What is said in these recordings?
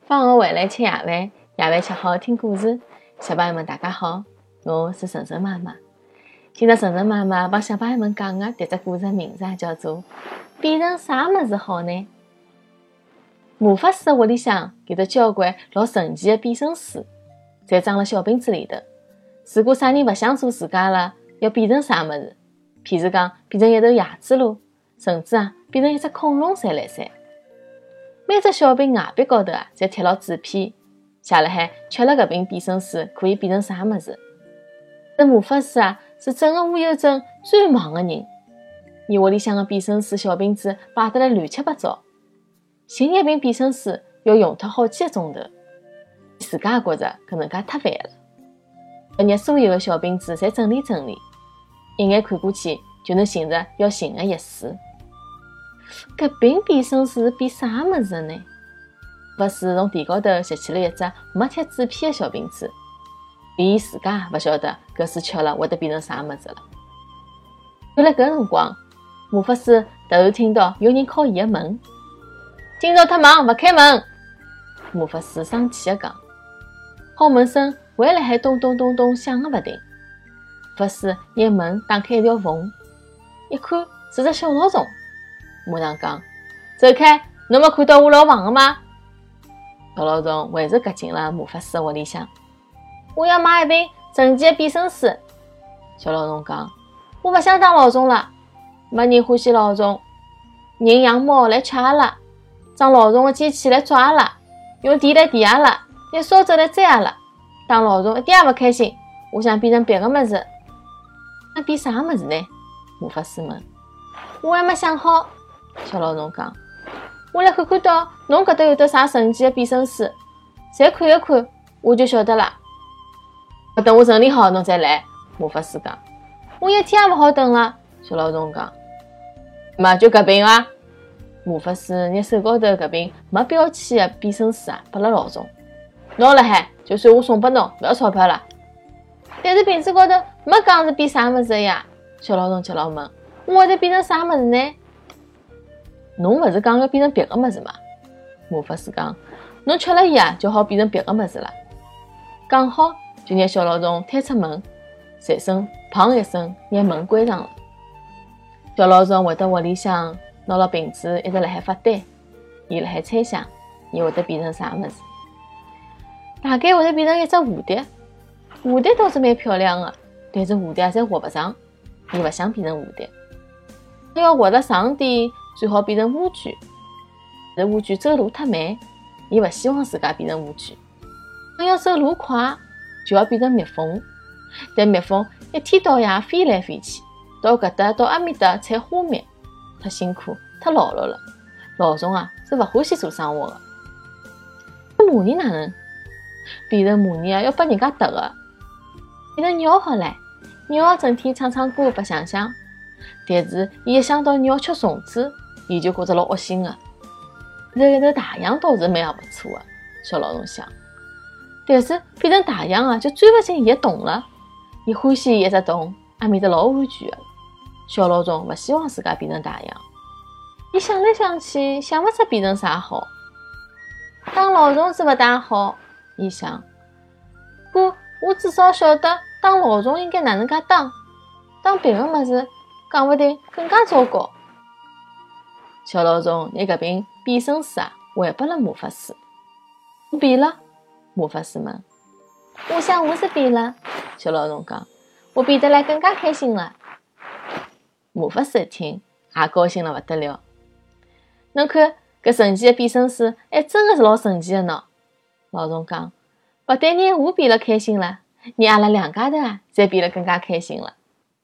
放学回来吃夜饭，夜饭吃好听故事。小朋友们大家好，我是晨晨妈妈。今朝晨晨妈妈帮小朋友们讲的迭只故事名字叫做变成啥物事好呢？魔法师的屋里向有得交关老神奇的变身书，侪装辣小瓶子里头。如果啥人勿想做自家了，要变成啥物事？譬如讲变成一头椰子咯，甚至变成一只恐龙三来三。每只小瓶外壁高头侪贴牢纸片，写辣海吃了搿瓶变身水可以变成啥物事。这魔法师是整个乌有镇最忙的人，伊屋里向的变身水小瓶子摆得来乱七八糟，寻一瓶变身水要用脱好几个钟头，自家也觉着搿能介太烦了。要拿所有的小瓶子侪整理整理，一眼看过去就能寻着要寻的钥匙。搿瓶变身水是变啥物事呢？法师从地高头拾起了一只没贴纸片的小瓶子，连伊自家勿晓得搿水吃了会得变成啥物事了。就辣搿辰光，魔法师突然听到有人敲伊的门。今朝太忙勿开门，魔法师生气地讲。敲门声还辣海咚咚咚咚响个勿停。法师拿门打开一条缝，一看是只小老虫。马上讲，走开，侬没看到我老忙的吗？小老虫还是夹进了魔法师的屋里向。我要买一瓶神奇的变身水。小老虫讲，我勿想当老虫了，没人欢喜老虫，人养猫来吃阿拉，装老虫的机器来抓阿拉，用电来电阿拉，拿扫帚来摘阿拉，当老虫一点也勿开心，我想变成别个物事。那变啥物事呢？魔法师问。我还没想好。小老虫讲，我来看看到侬搿搭有得啥神奇的变身水，再看一看我就晓得了。等我整理好侬再来。魔法师讲，我一天也勿好等了。小老虫讲，嘛就搿瓶啊。魔法师拿手高头搿瓶没标签的变身水拨了老虫，拿了海，就算我送拨侬，勿要钞票了。但是瓶子高头没讲是变啥物事呀？小老虫急牢问，我会得变成啥物事呢？侬勿是讲要变成别个物事吗？魔法师讲，侬吃了伊就好变成别个物事了。讲好就拿小老虫推出门，随身砰一声拿门关上了。小老虫回到屋里向，拿了瓶子一直辣海发呆，伊辣海猜想，伊会得变成啥物事？大概会得变成一只蝴蝶。蝴蝶倒是蛮漂亮的，但是蝴蝶侪活勿长，伊勿想变成蝴蝶。要活得长点，最好变成乌龟。但乌龟走路太慢，伊勿希望自家变成乌龟。要走路快，就要变成蜜蜂。但蜜蜂一天到夜飞来飞去，到搿搭到埃面搭采花蜜，太辛苦，太劳碌了。老虫是勿欢喜做生活的。蚂蚁哪能？变成蚂蚁要拨人家踏的。变成鸟好唻，鸟整天唱唱歌白相相。但是伊一想到鸟吃虫子，伊就觉着老恶心的。变成一头大象倒是蛮也勿错的，小老虫想。但是变成大象就钻勿进伊的洞了。伊欢喜伊一只洞，埃面搭老安全的。小老虫勿希望自家变成大象。伊想来想去，想勿出变成啥好。当老虫是勿大好，伊想。不过我至少晓得当老虫应该哪能介当别个物事讲勿定更加糟糕。小老虫拿搿瓶变身水还拨了魔法师。我变了？魔法师问。我想我是变了。小老虫讲，我变得来更加开心了。魔法师一听也高兴了勿得了。侬看搿神奇的变身水还真的是老神奇的呢。老虫讲，勿但让我变了开心了，让阿拉两家头侪变得更加开心了。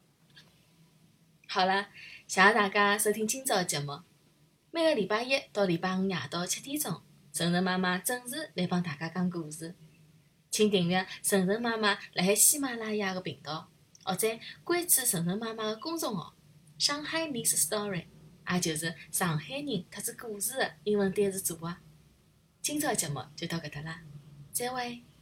好了，谢谢大家收听今朝的节目。每个礼拜一到礼拜五夜到7点钟，晨晨妈妈准时来帮大家讲故事。请订阅晨晨妈妈辣海喜马拉雅的频道，或者关注晨晨妈妈的公众号“上海 Miss Story”， 也就是上海人特指故事的英文单词组合。今朝的节目就到搿搭啦，再会。